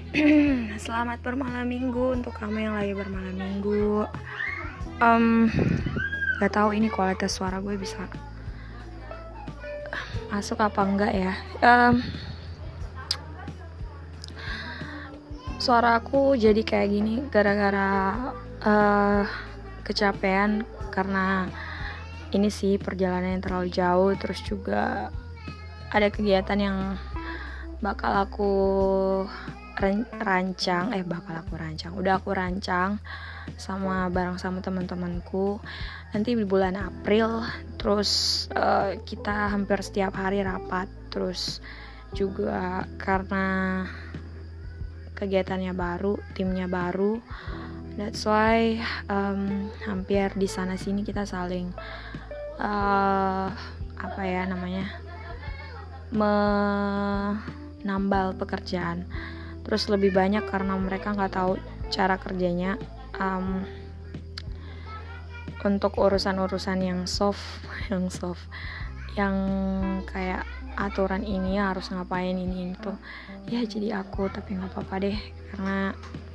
Selamat bermalam minggu untuk kamu yang lagi bermalam minggu. Gak tahu ini kualitas suara gue bisa masuk apa enggak ya. Suara aku jadi kayak gini gara-gara kecapean karena ini sih perjalanan yang terlalu jauh, terus juga ada kegiatan yang bakal aku rancang udah aku rancang bareng sama teman-temanku nanti di bulan April. Terus kita hampir setiap hari rapat, terus juga karena kegiatannya baru, timnya baru, that's why hampir di sana sini kita saling menambal pekerjaan. Terus lebih banyak karena mereka nggak tahu cara kerjanya untuk urusan-urusan yang soft yang kayak aturan ini harus ngapain ini itu ya, jadi aku tapi nggak apa-apa deh, karena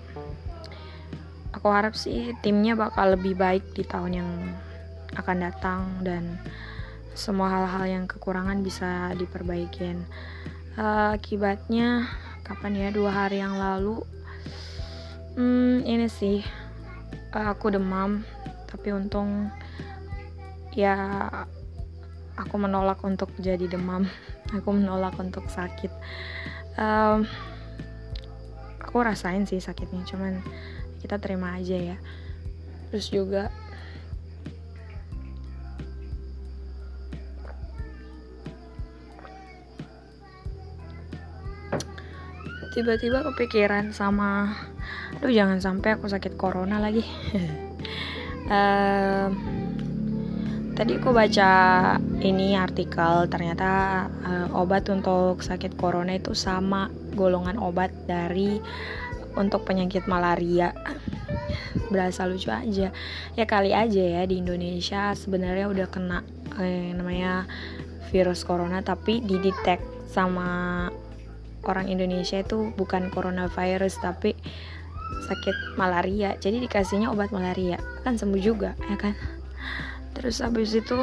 aku harap sih timnya bakal lebih baik di tahun yang akan datang dan semua hal-hal yang kekurangan bisa diperbaikin. Akibatnya kapan ya, 2 hari yang lalu ini sih aku demam, tapi untung ya aku menolak untuk jadi demam. Aku menolak untuk sakit. Aku rasain sih sakitnya, cuman kita terima aja ya. Terus juga tiba-tiba kepikiran sama jangan sampai aku sakit corona lagi. Tadi aku baca ini artikel, ternyata obat untuk sakit corona itu sama golongan obat dari untuk penyakit malaria. Berasa lucu aja ya, kali aja ya di Indonesia sebenarnya udah kena namanya virus corona, tapi didetek sama orang Indonesia itu bukan coronavirus tapi sakit malaria, jadi dikasihnya obat malaria, kan sembuh juga ya kan. Terus habis itu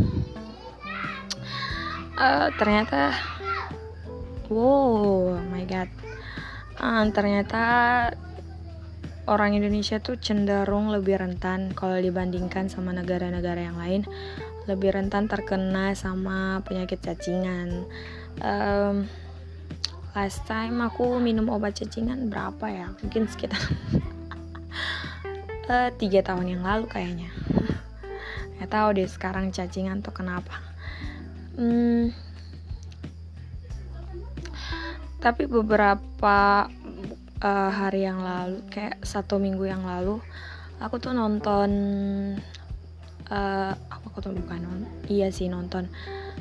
ternyata oh my god, ternyata orang Indonesia tuh cenderung lebih rentan kalau dibandingkan sama negara-negara yang lain, lebih rentan terkena sama penyakit cacingan. Last time aku minum obat cacingan berapa ya? Mungkin sekitar 3 tahun yang lalu kayaknya. Gak tahu deh sekarang cacingan tuh kenapa. Tapi beberapa hari yang lalu, kayak 1 minggu yang lalu, aku tuh nonton nonton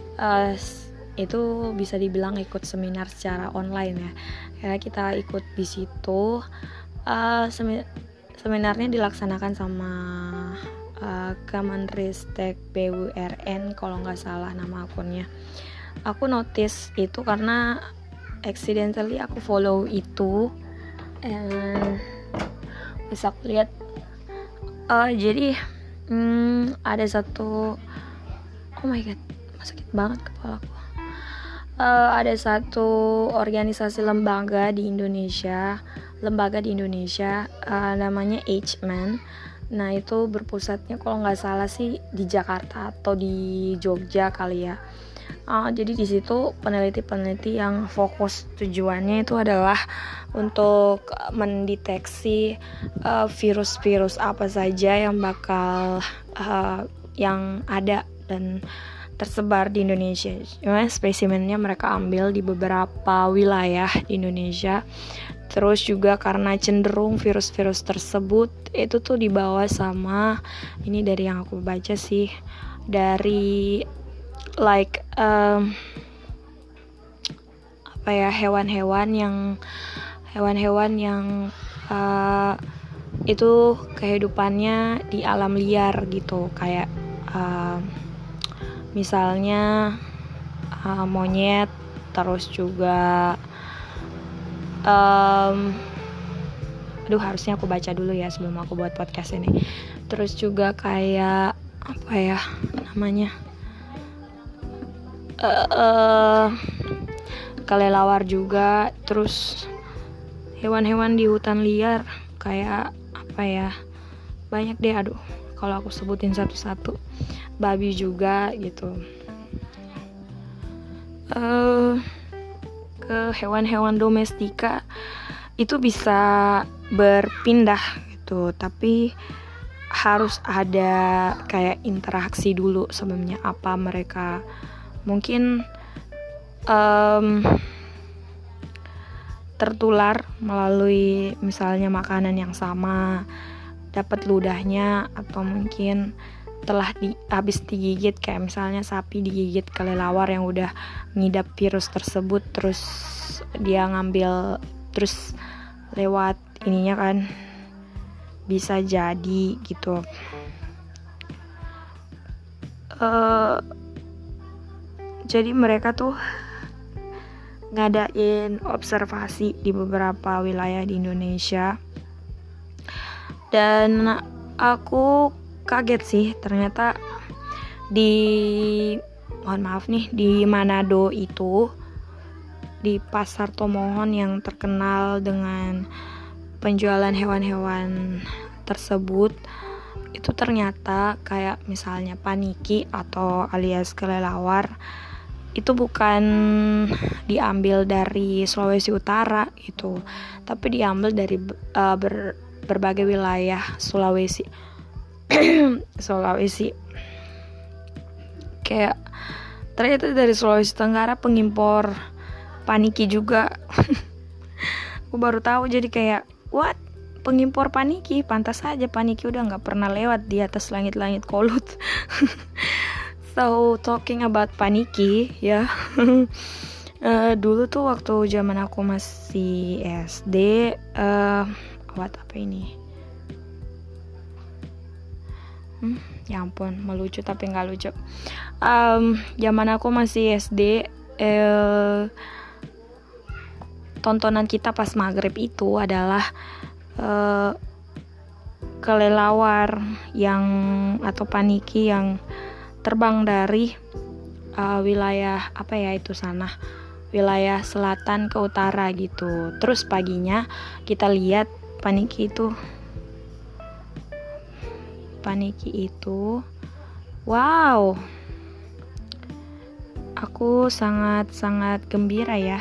itu bisa dibilang ikut seminar secara online ya. Kayak kita ikut di situ. Seminarnya dilaksanakan sama Kemenristek BUMN kalau nggak salah nama akunnya. Aku notice itu karena accidentally aku follow itu, and bisa aku lihat. Jadi ada satu, oh my god, sakit banget kepalaku. Ada satu organisasi lembaga di Indonesia, namanya H-Man. Nah itu berpusatnya kalau nggak salah sih di Jakarta atau di Jogja kali ya. Jadi di situ peneliti yang fokus tujuannya itu adalah untuk mendeteksi virus-virus apa saja yang bakal yang ada dan tersebar di Indonesia. Spesimennya mereka ambil di beberapa wilayah di Indonesia. Terus juga karena cenderung virus-virus tersebut itu tuh dibawa sama, ini dari yang aku baca sih, dari hewan-hewan yang itu kehidupannya di alam liar gitu, kayak misalnya monyet, terus juga Harusnya aku baca dulu ya sebelum aku buat podcast ini. Terus juga kayak apa ya namanya, kelelawar juga. Terus hewan-hewan di hutan liar kayak apa ya, banyak deh, kalau aku sebutin satu-satu. Babi juga gitu. Ke hewan-hewan domestika itu bisa berpindah gitu, tapi harus ada kayak interaksi dulu sebelumnya. Apa mereka mungkin tertular melalui misalnya makanan yang sama, dapat ludahnya, atau mungkin telah habis digigit, kayak misalnya sapi digigit kelelawar yang udah ngidap virus tersebut, terus dia ngambil terus lewat ininya kan, bisa jadi gitu. Jadi mereka tuh ngadain observasi di beberapa wilayah di Indonesia, dan aku kaget sih ternyata di Manado itu, di Pasar Tomohon yang terkenal dengan penjualan hewan-hewan tersebut, itu ternyata kayak misalnya paniki atau alias kelelawar itu bukan diambil dari Sulawesi Utara gitu, tapi diambil dari berbagai wilayah Sulawesi. Kayak ternyata dari Sulawesi Tenggara pengimpor paniki juga. Aku baru tahu, jadi kayak what, pengimpor paniki, pantas saja paniki udah nggak pernah lewat di atas langit-langit kolut. So talking about paniki ya. Dulu tuh waktu zaman aku masih SD, apa ini? Ya ampun, melucu tapi nggak lucu. Zaman aku masih SD, tontonan kita pas maghrib itu adalah kelelawar yang atau paniki yang terbang dari wilayah apa ya itu sana, wilayah selatan ke utara gitu. Terus paginya kita lihat paniki itu, wow, aku sangat gembira ya.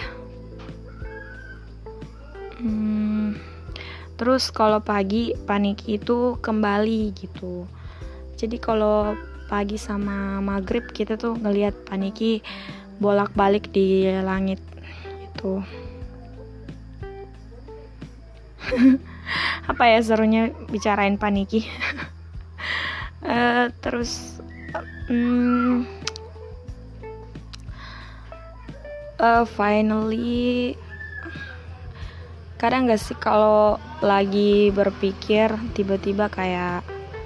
Terus kalau pagi paniki itu kembali gitu. Jadi kalau pagi sama maghrib kita tuh ngelihat paniki bolak-balik di langit gitu. Apa ya serunya bicarain paniki. Terus finally, kadang gak sih kalau lagi berpikir tiba-tiba kayak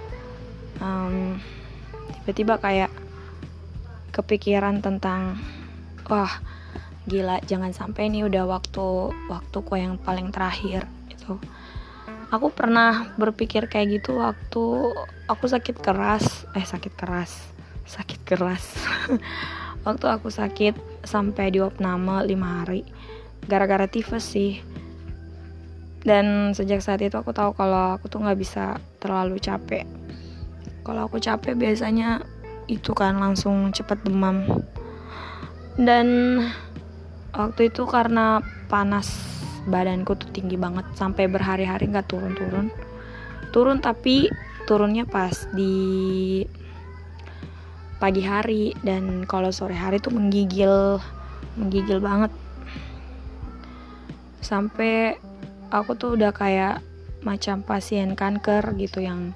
kepikiran tentang wah gila, jangan sampai ini udah waktuku yang paling terakhir gitu. Aku pernah berpikir kayak gitu waktu aku sakit keras. Waktu aku sakit sampai diopname 5 hari gara-gara tifus sih. Dan sejak saat itu aku tahu kalau aku tuh nggak bisa terlalu capek. Kalau aku capek biasanya itu kan langsung cepat demam. Dan waktu itu karena panas badanku tuh tinggi banget sampai berhari-hari nggak turun, tapi turunnya pas di pagi hari, dan kalau sore hari tuh menggigil banget. Sampai aku tuh udah kayak macam pasien kanker gitu yang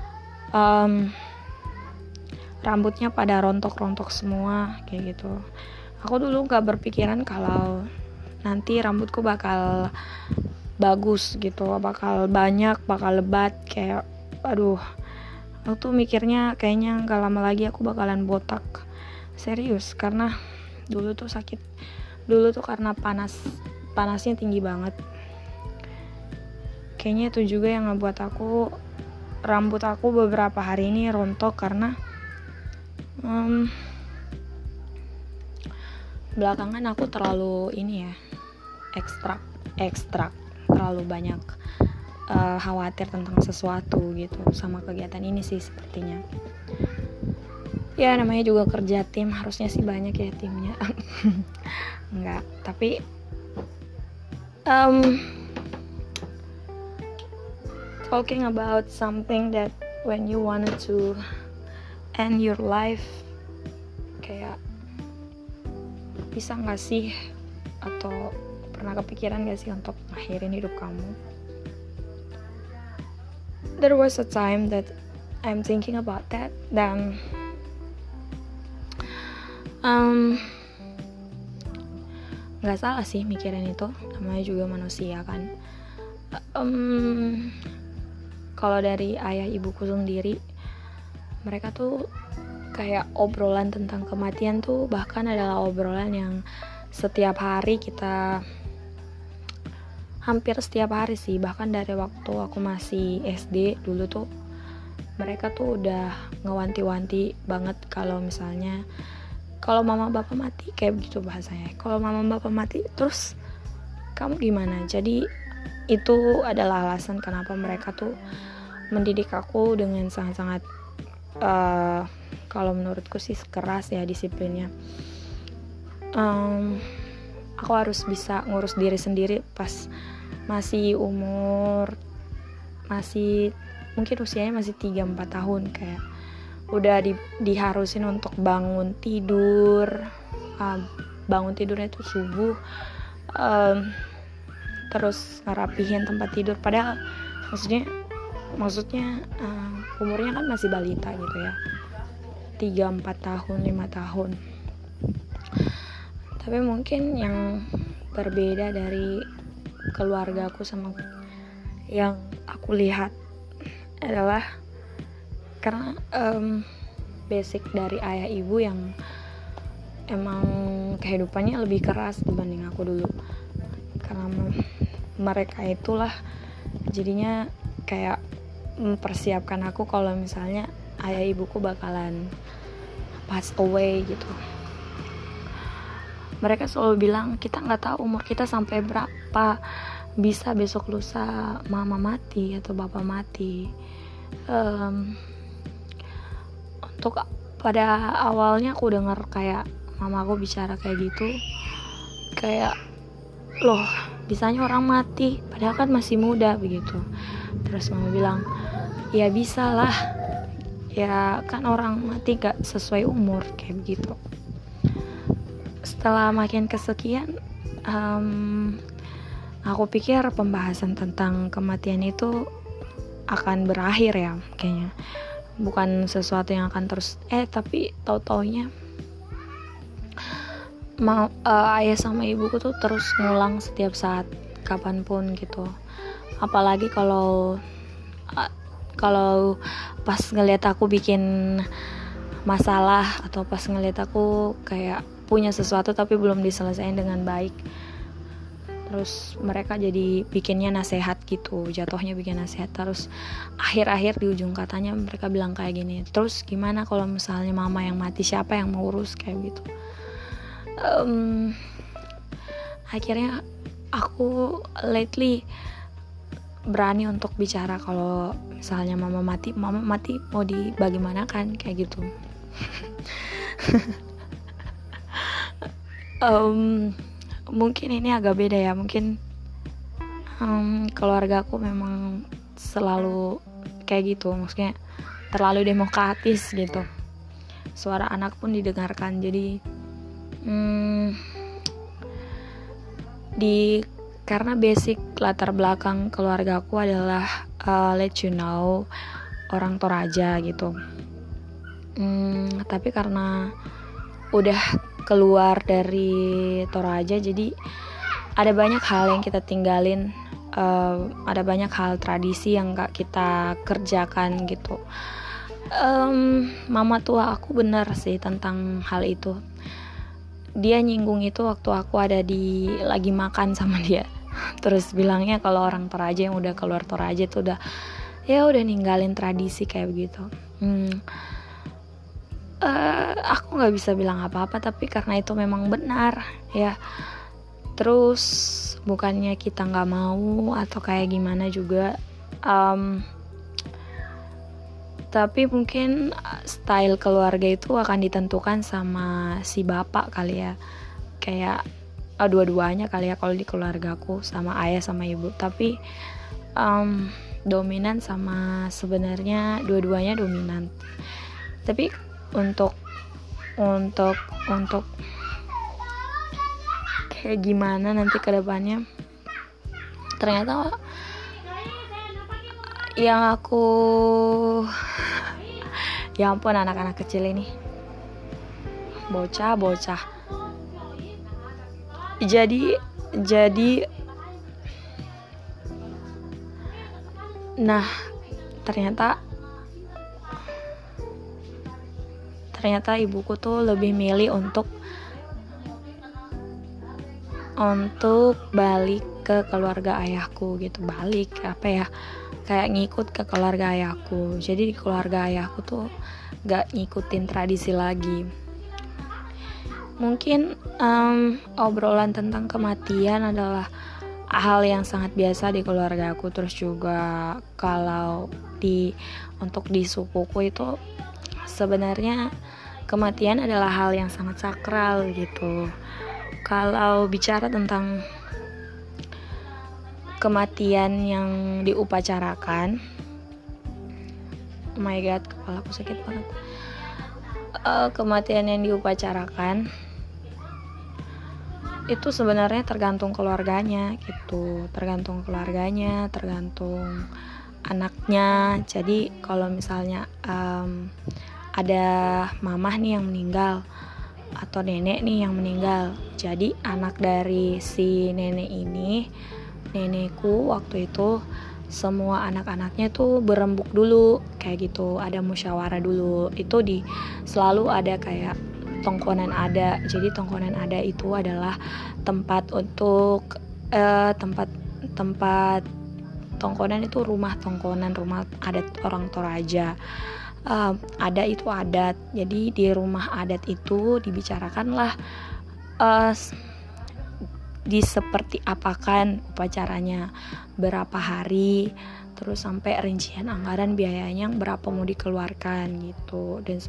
rambutnya pada rontok-rontok semua kayak gitu. Aku dulu gak berpikiran kalau nanti rambutku bakal bagus gitu, bakal banyak, bakal lebat, kayak aduh. Aku tuh mikirnya kayaknya gak lama lagi aku bakalan botak. Serius, karena dulu tuh karena panas panasnya tinggi banget. Kayaknya itu juga yang ngebuat rambut aku beberapa hari ini rontok karena belakangan aku terlalu ekstrak terlalu banyak khawatir tentang sesuatu gitu sama kegiatan ini sih sepertinya. Ya namanya juga kerja tim, harusnya sih banyak ya timnya. Enggak, tapi talking about something that when you wanted to end your life, kayak bisa gak sih atau pernah kepikiran gak sih untuk ngakhirin hidup kamu? There was a time that I'm thinking about that, dan gak salah sih mikirin itu, namanya juga manusia kan. Kalau dari ayah ibuku sendiri, mereka tuh kayak obrolan tentang kematian tuh bahkan adalah obrolan yang hampir setiap hari sih. Bahkan dari waktu aku masih SD dulu tuh mereka tuh udah ngewanti-wanti banget kalau misalnya kalau mama bapak mati, kayak begitu bahasanya, kalau mama bapak mati terus kamu gimana. Jadi itu adalah alasan kenapa mereka tuh mendidik aku dengan sangat-sangat kalau menurutku sih keras ya disiplinnya. Aku harus bisa ngurus diri sendiri pas masih mungkin usianya masih 3-4 tahun, kayak udah diharusin untuk bangun tidurnya itu subuh, terus ngerapihin tempat tidur, padahal maksudnya umurnya kan masih balita gitu ya, 3-4 tahun, 5 tahun. Tapi mungkin yang berbeda dari keluarga aku sama yang aku lihat adalah karena basic dari ayah ibu yang emang kehidupannya lebih keras dibanding aku dulu. Karena mereka itulah jadinya kayak mempersiapkan aku kalau misalnya ayah ibuku bakalan pass away gitu. Mereka selalu bilang kita nggak tahu umur kita sampai berapa, bisa besok lusa mama mati atau bapak mati. Untuk pada awalnya aku dengar kayak mama aku bicara kayak gitu, kayak loh bisanya orang mati padahal kan masih muda begitu. Terus mama bilang ya bisa lah, ya kan orang mati gak sesuai umur kayak begitu. Setelah makin kesekian aku pikir pembahasan tentang kematian itu akan berakhir ya kayaknya, bukan sesuatu yang akan terus tapi tahu-taunya ayah sama ibuku tuh terus ngulang setiap saat kapanpun gitu. Apalagi kalau pas ngelihat aku bikin masalah atau pas ngelihat aku kayak punya sesuatu tapi belum diselesaikan dengan baik, terus mereka jadi bikinnya nasihat gitu, jatuhnya bikin nasihat. Terus akhir-akhir di ujung katanya mereka bilang kayak gini, terus gimana kalau misalnya mama yang mati, siapa yang mau urus, kayak gitu. Akhirnya aku lately berani untuk bicara kalau misalnya mama mati mau dibagaimanakan kayak gitu. Mungkin ini agak beda ya, mungkin keluarga aku memang selalu kayak gitu, maksudnya terlalu demokratis gitu, suara anak pun didengarkan. Jadi karena basic latar belakang keluarga aku adalah let you know orang Toraja gitu, tapi karena udah keluar dari Toraja jadi ada banyak hal yang kita tinggalin, ada banyak hal tradisi yang gak kita kerjakan gitu. Mama tua aku benar sih tentang hal itu. dia nyinggung itu waktu aku ada lagi makan sama dia. Terus bilangnya kalau orang Toraja yang udah keluar Toraja tuh udah ninggalin tradisi kayak begitu. Aku nggak bisa bilang apa-apa, tapi karena itu memang benar ya. Terus bukannya kita nggak mau atau kayak gimana juga, tapi mungkin style keluarga itu akan ditentukan sama si bapak kali ya, kayak dua-duanya kali ya kalau di keluargaku, sama ayah sama ibu. Tapi dominan sama, sebenarnya dua-duanya dominan. Tapi untuk kayak gimana nanti ke depannya, ternyata yang aku, ya ampun, anak-anak kecil ini, bocah jadi nah ternyata ibuku tuh lebih milih untuk balik ke keluarga ayahku gitu. Balik kayak ngikut ke keluarga ayahku. Jadi di keluarga ayahku tuh gak ngikutin tradisi lagi. Mungkin obrolan tentang kematian adalah hal yang sangat biasa di keluarga aku. Terus juga kalau untuk di sukuku itu sebenarnya kematian adalah hal yang sangat sakral gitu. Kalau bicara tentang kematian yang diupacarakan, oh my god, kepalaku sakit banget. Kematian yang diupacarakan itu sebenarnya tergantung keluarganya gitu, tergantung anaknya. Jadi kalau misalnya ada mamah nih yang meninggal atau nenek nih yang meninggal, jadi anak dari si nenekku waktu itu, semua anak-anaknya tuh berembuk dulu kayak gitu, ada musyawarah dulu. Itu selalu ada kayak tongkonan ada. Jadi tongkonan ada itu adalah tempat untuk tempat tongkonan itu rumah adat orang Toraja. Ada itu adat. Jadi di rumah adat itu dibicarakanlah seperti apakan upacaranya, berapa hari, terus sampai rincian anggaran biayanya berapa mau dikeluarkan gitu, dan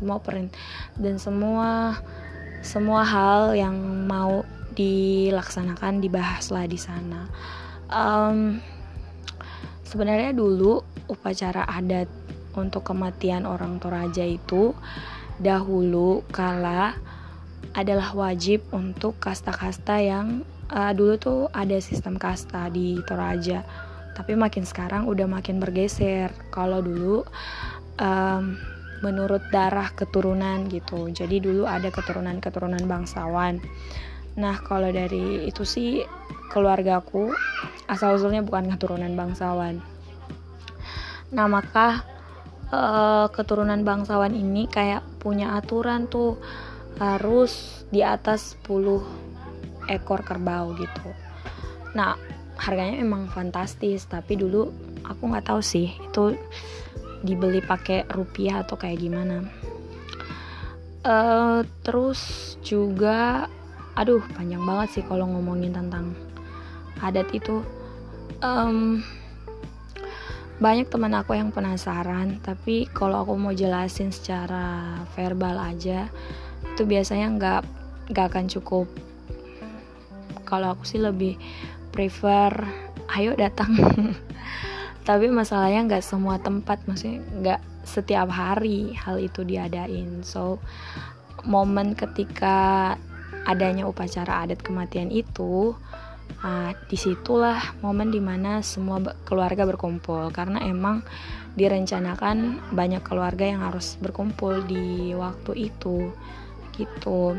semua hal yang mau dilaksanakan dibahaslah di sana. Sebenarnya dulu upacara adat untuk kematian orang Toraja itu dahulu kala adalah wajib untuk kasta-kasta yang dulu tuh ada sistem kasta di Toraja, tapi makin sekarang udah makin bergeser. Kalau dulu menurut darah keturunan gitu, jadi dulu ada keturunan bangsawan. Nah kalau dari itu sih, keluargaku asal-usulnya bukan keturunan bangsawan. Nah maka keturunan bangsawan ini kayak punya aturan tuh, harus di atas 10 ekor kerbau gitu. Nah harganya emang fantastis, tapi dulu aku nggak tahu sih itu dibeli pakai rupiah atau kayak gimana. Terus juga panjang banget sih kalau ngomongin tentang adat itu. Banyak teman aku yang penasaran, tapi kalau aku mau jelasin secara verbal aja itu biasanya nggak akan cukup. Kalau aku sih lebih prefer ayo datang. Tapi masalahnya nggak semua tempat, maksudnya nggak setiap hari hal itu diadain. So momen ketika adanya upacara adat kematian itu, disitulah momen dimana semua keluarga berkumpul, karena emang direncanakan banyak keluarga yang harus berkumpul di waktu itu gitu.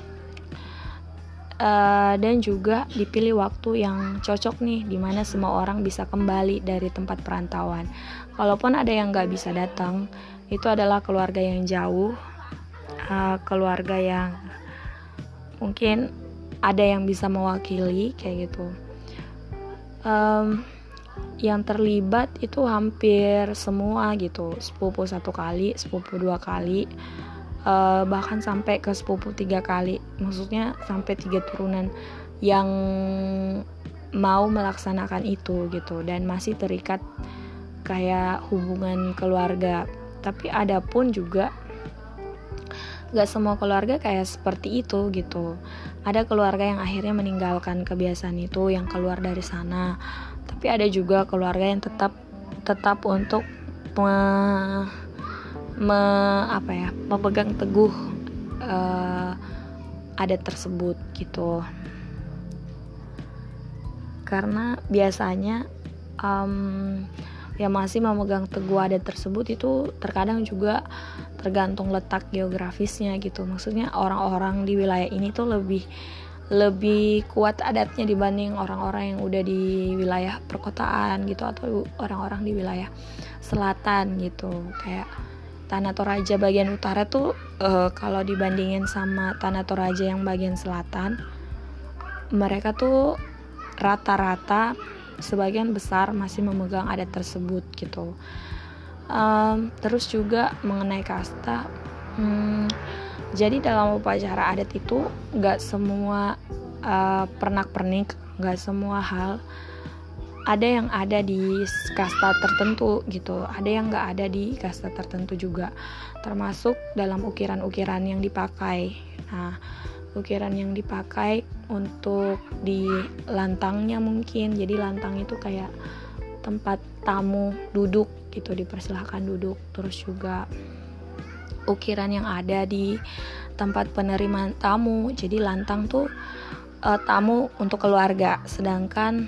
Dan juga dipilih waktu yang cocok nih, dimana semua orang bisa kembali dari tempat perantauan. Kalaupun ada yang nggak bisa datang, itu adalah keluarga yang jauh, keluarga yang mungkin ada yang bisa mewakili kayak gitu. Yang terlibat itu hampir semua gitu, sepupu 1 kali, sepupu 2 kali, bahkan sampai ke sepupu 3 kali, maksudnya sampai 3 turunan yang mau melaksanakan itu gitu, dan masih terikat kayak hubungan keluarga. Tapi ada pun juga gak semua keluarga kayak seperti itu gitu. Ada keluarga yang akhirnya meninggalkan kebiasaan itu, yang keluar dari sana. Tapi ada juga keluarga yang tetap untuk memegang teguh adat tersebut gitu. Karena biasanya yang masih memegang teguh adat tersebut itu terkadang juga tergantung letak geografisnya gitu. Maksudnya orang-orang di wilayah ini tuh lebih kuat adatnya dibanding orang-orang yang udah di wilayah perkotaan gitu, atau orang-orang di wilayah selatan gitu. Kayak Tanah Toraja bagian utara tuh kalau dibandingin sama Tanah Toraja yang bagian selatan, mereka tuh rata-rata sebagian besar masih memegang adat tersebut gitu. Terus juga mengenai kasta, jadi dalam upacara adat itu gak semua pernak-pernik, gak semua hal ada yang ada di kasta tertentu gitu, ada yang gak ada di kasta tertentu juga, termasuk dalam ukiran-ukiran yang dipakai. Nah, ukiran yang dipakai untuk di lantangnya mungkin, jadi lantang itu kayak tempat tamu duduk gitu, dipersilahkan duduk. Terus juga ukiran yang ada di tempat penerimaan tamu, jadi lantang tuh tamu untuk keluarga, sedangkan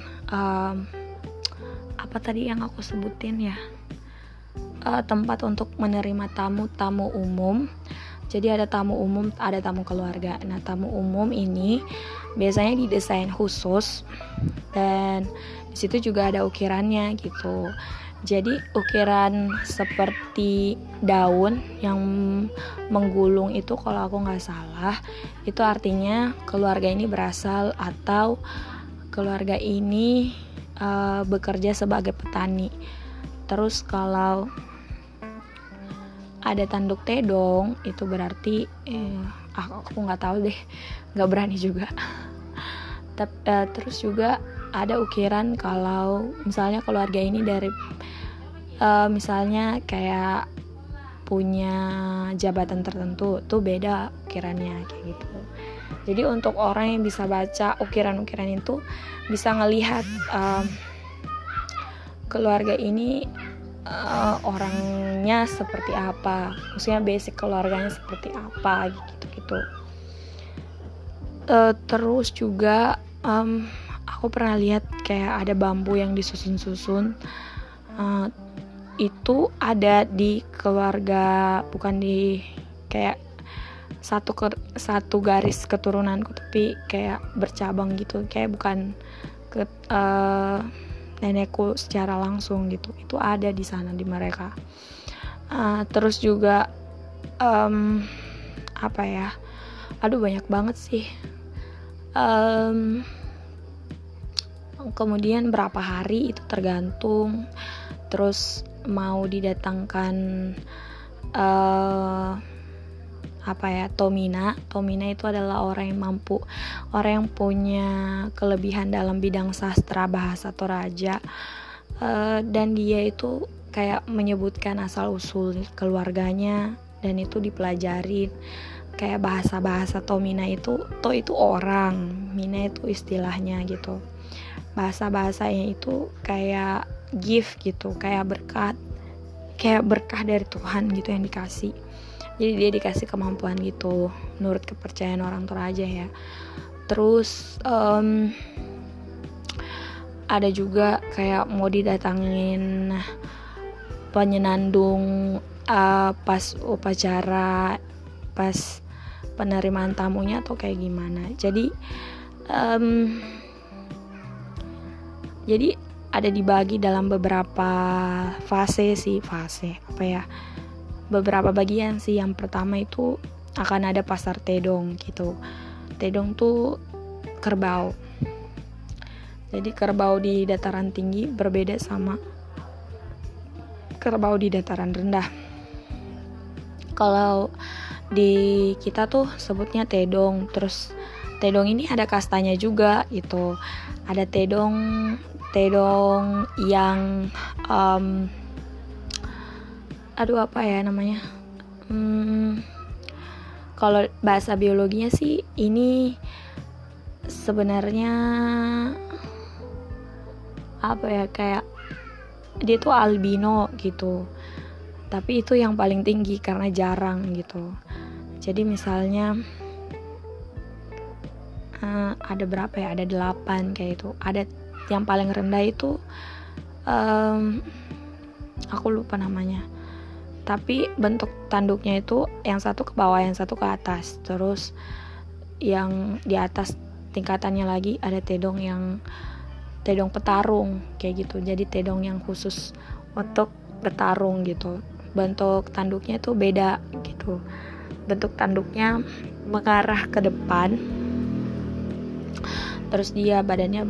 apa tadi yang aku sebutin ya, tempat untuk menerima tamu umum. Jadi ada tamu umum, ada tamu keluarga. Nah, tamu umum ini biasanya didesain khusus, dan di situ juga ada ukirannya gitu. Jadi ukiran seperti daun yang menggulung itu, kalau aku nggak salah, itu artinya keluarga ini berasal atau keluarga ini bekerja sebagai petani. Terus kalau ada tanduk tedong itu berarti aku nggak tahu deh, nggak berani juga. Terus juga ada ukiran kalau misalnya keluarga ini dari misalnya kayak punya jabatan tertentu, tuh beda ukirannya kayak gitu. Jadi untuk orang yang bisa baca ukiran-ukiran itu bisa ngelihat keluarga ini orangnya seperti apa, maksudnya basic keluarganya seperti apa gitu. Terus juga aku pernah lihat kayak ada bambu yang disusun-susun, itu ada di keluarga, bukan di kayak satu garis keturunanku, tapi kayak bercabang gitu, kayak bukan ke nenekku secara langsung gitu. Itu ada di sana di mereka. Terus juga apa ya? Aduh, banyak banget sih. Kemudian berapa hari itu tergantung. Terus mau didatangkan Tomina itu adalah orang yang mampu, orang yang punya kelebihan dalam bidang sastra bahasa Toraja, dan dia itu kayak menyebutkan asal usul keluarganya, dan itu dipelajarin. Kayak bahasa Tomina itu, itu orang, Mina itu istilahnya gitu. Bahasa-bahasanya itu kayak gift gitu, kayak berkah dari Tuhan gitu yang dikasih. Jadi dia dikasih kemampuan gitu, menurut kepercayaan orang Toraja ya. Terus ada juga kayak mau didatangin penyenandung pas upacara, pas penerimaan tamunya atau kayak gimana. Jadi ada dibagi dalam beberapa beberapa bagian sih. Yang pertama itu akan ada pasar tedong gitu. Tedong tuh kerbau. Jadi kerbau di dataran tinggi berbeda sama kerbau di dataran rendah. Kalau di kita tuh sebutnya tedong. Terus tedong ini ada kastanya juga gitu. Ada tedong yang apa ya namanya? Kalau bahasa biologinya sih ini sebenarnya apa ya, kayak dia tuh albino gitu. Tapi itu yang paling tinggi karena jarang gitu. Jadi misalnya ada berapa ya? Ada 8 kayak itu. Ada yang paling rendah itu aku lupa namanya. Tapi bentuk tanduknya itu yang satu ke bawah, yang satu ke atas. Terus yang di atas tingkatannya lagi ada tedong petarung kayak gitu. Jadi tedong yang khusus untuk bertarung gitu. Bentuk tanduknya itu beda gitu. Bentuk tanduknya mengarah ke depan. Terus dia badannya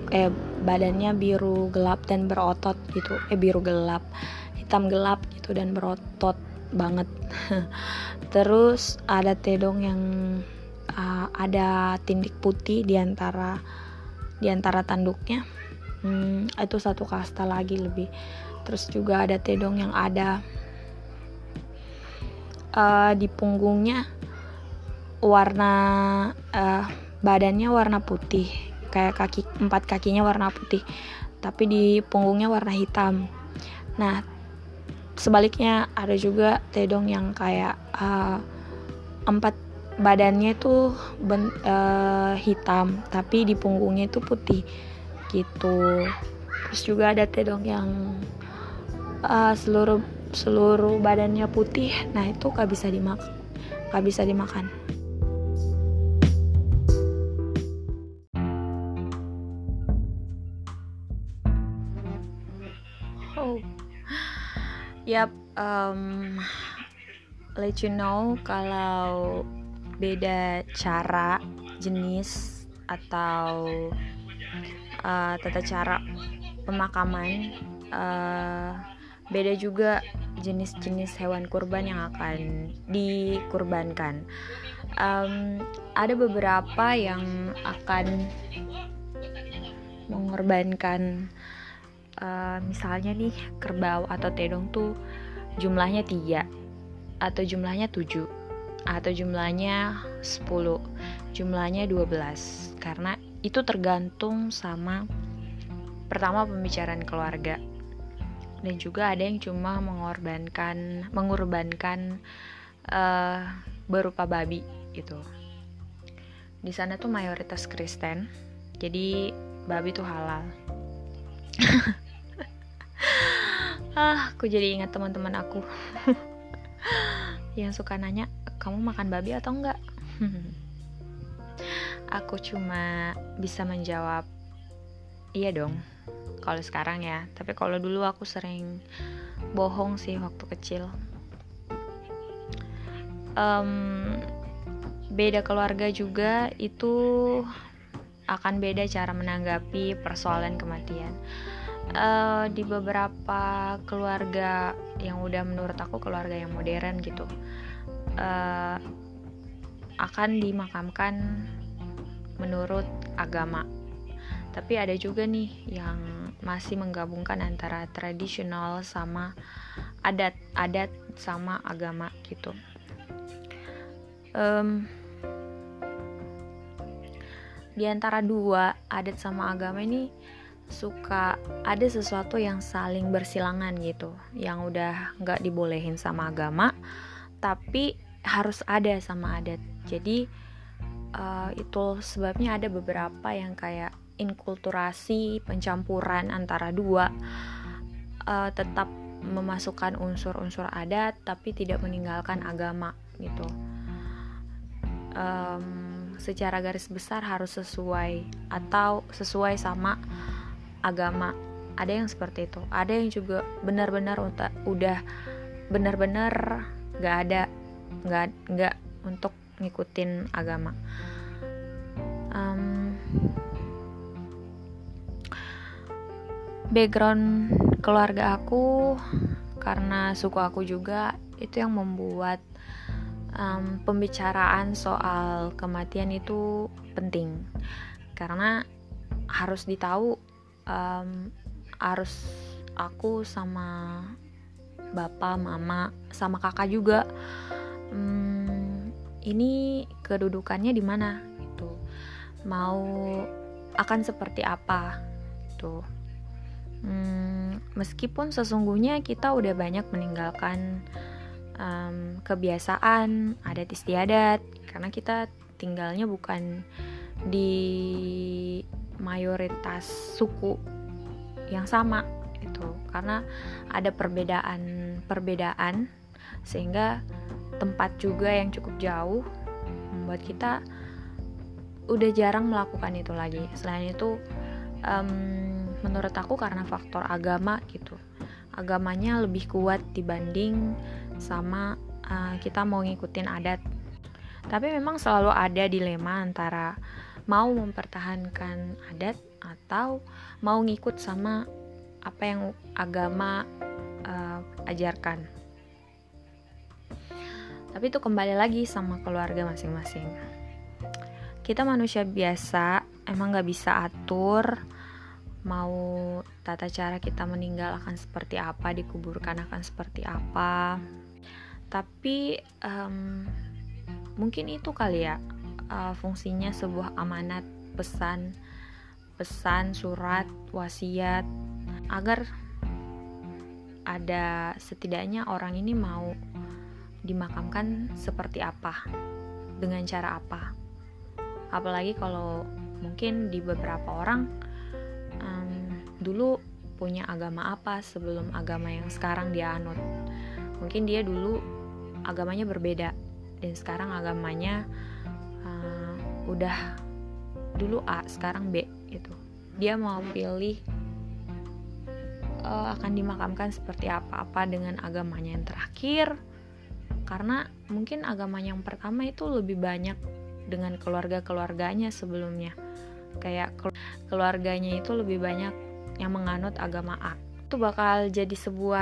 biru gelap dan berotot gitu. Hitam gelap gitu dan berotot banget. Terus ada tedong yang ada tindik putih di antara tanduknya. Itu satu kasta lagi lebih. Terus juga ada tedong yang ada di punggungnya warna badannya warna putih, kayak 4 kakinya warna putih, tapi di punggungnya warna hitam. Nah, sebaliknya ada juga tedong yang kayak 4 badannya itu hitam, tapi di punggungnya itu putih gitu. Terus juga ada tedong yang seluruh badannya putih. Nah, itu gak bisa dimakan. Yap, let you know kalau beda cara, jenis atau tata cara pemakaman, beda juga jenis-jenis hewan kurban yang akan dikurbankan. Ada beberapa yang akan mengorbankan misalnya nih kerbau atau tedong tuh jumlahnya 3 atau jumlahnya 7 atau jumlahnya 10, jumlahnya 12, karena itu tergantung sama pertama pembicaraan keluarga. Dan juga ada yang cuma mengorbankan berupa babi gitu. Di sana tuh mayoritas Kristen, jadi babi tuh halal. Aku jadi ingat teman-teman aku yang suka nanya, kamu makan babi atau enggak? Aku cuma bisa menjawab, iya dong kalau sekarang ya. Tapi kalau dulu aku sering bohong sih waktu kecil. Beda keluarga juga itu akan beda cara menanggapi persoalan kematian. Di beberapa keluarga yang udah menurut aku keluarga yang modern gitu, akan dimakamkan menurut agama. Tapi ada juga nih yang masih menggabungkan antara tradisional sama adat sama agama gitu. Di antara dua adat sama agama ini suka ada sesuatu yang saling bersilangan gitu, yang udah gak dibolehin sama agama tapi harus ada sama adat. Jadi itu sebabnya ada beberapa yang kayak inkulturasi, pencampuran antara dua, tetap memasukkan unsur-unsur adat tapi tidak meninggalkan agama gitu. Secara garis besar harus sesuai sama agama. Ada yang seperti itu. Ada yang juga benar-benar udah benar-benar nggak untuk ngikutin agama. background keluarga aku, karena suku aku juga, itu yang membuat pembicaraan soal kematian itu penting. Karena harus ditahu, harus aku sama bapak, mama, sama kakak juga, ini kedudukannya di mana gitu, mau akan seperti apa gitu. Meskipun sesungguhnya kita udah banyak meninggalkan kebiasaan adat istiadat, karena kita tinggalnya bukan di mayoritas suku yang sama itu, karena ada perbedaan sehingga tempat juga yang cukup jauh membuat kita udah jarang melakukan itu lagi. Selain itu menurut aku karena faktor agama gitu, agamanya lebih kuat dibanding sama kita mau ngikutin adat. Tapi memang selalu ada dilema antara mau mempertahankan adat atau mau ngikut sama apa yang agama ajarkan. Tapi itu kembali lagi sama keluarga masing-masing. Kita manusia biasa, emang gak bisa atur mau tata cara kita meninggal akan seperti apa, dikuburkan akan seperti apa. Tapi mungkin itu kali ya fungsinya sebuah amanat, pesan, surat, wasiat, agar ada setidaknya orang ini mau dimakamkan seperti apa, dengan cara apa. Apalagi kalau mungkin di beberapa orang dulu punya agama apa sebelum agama yang sekarang dia anut. Mungkin dia dulu agamanya berbeda dan sekarang agamanya udah dulu A, sekarang B gitu. Dia mau pilih akan dimakamkan seperti apa dengan agamanya yang terakhir, karena mungkin agamanya yang pertama itu lebih banyak dengan keluarganya sebelumnya. Kayak keluarganya itu lebih banyak yang menganut agama A. Itu bakal jadi sebuah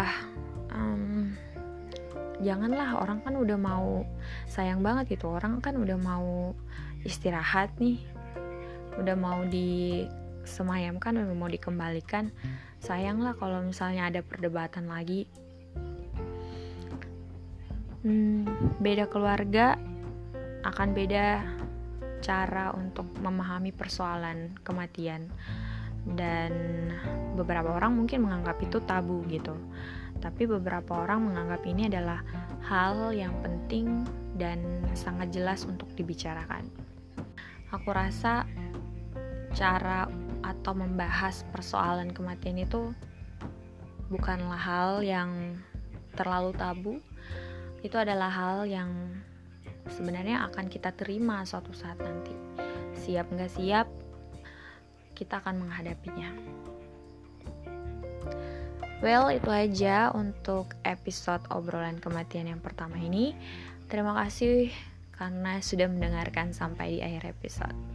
janganlah, orang kan udah mau, sayang banget gitu, orang kan udah mau istirahat nih, udah mau disemayamkan, udah mau dikembalikan. Sayang lah kalau misalnya ada perdebatan lagi. Beda keluarga akan beda cara untuk memahami persoalan kematian, dan beberapa orang mungkin menganggap itu tabu gitu, tapi beberapa orang menganggap ini adalah hal yang penting dan sangat jelas untuk dibicarakan. Aku rasa cara atau membahas persoalan kematian itu bukanlah hal yang terlalu tabu. Itu adalah hal yang sebenarnya akan kita terima suatu saat nanti. Siap gak siap, kita akan menghadapinya. Well, itu aja untuk episode obrolan kematian yang pertama ini. Terima kasih karena sudah mendengarkan sampai di akhir episode.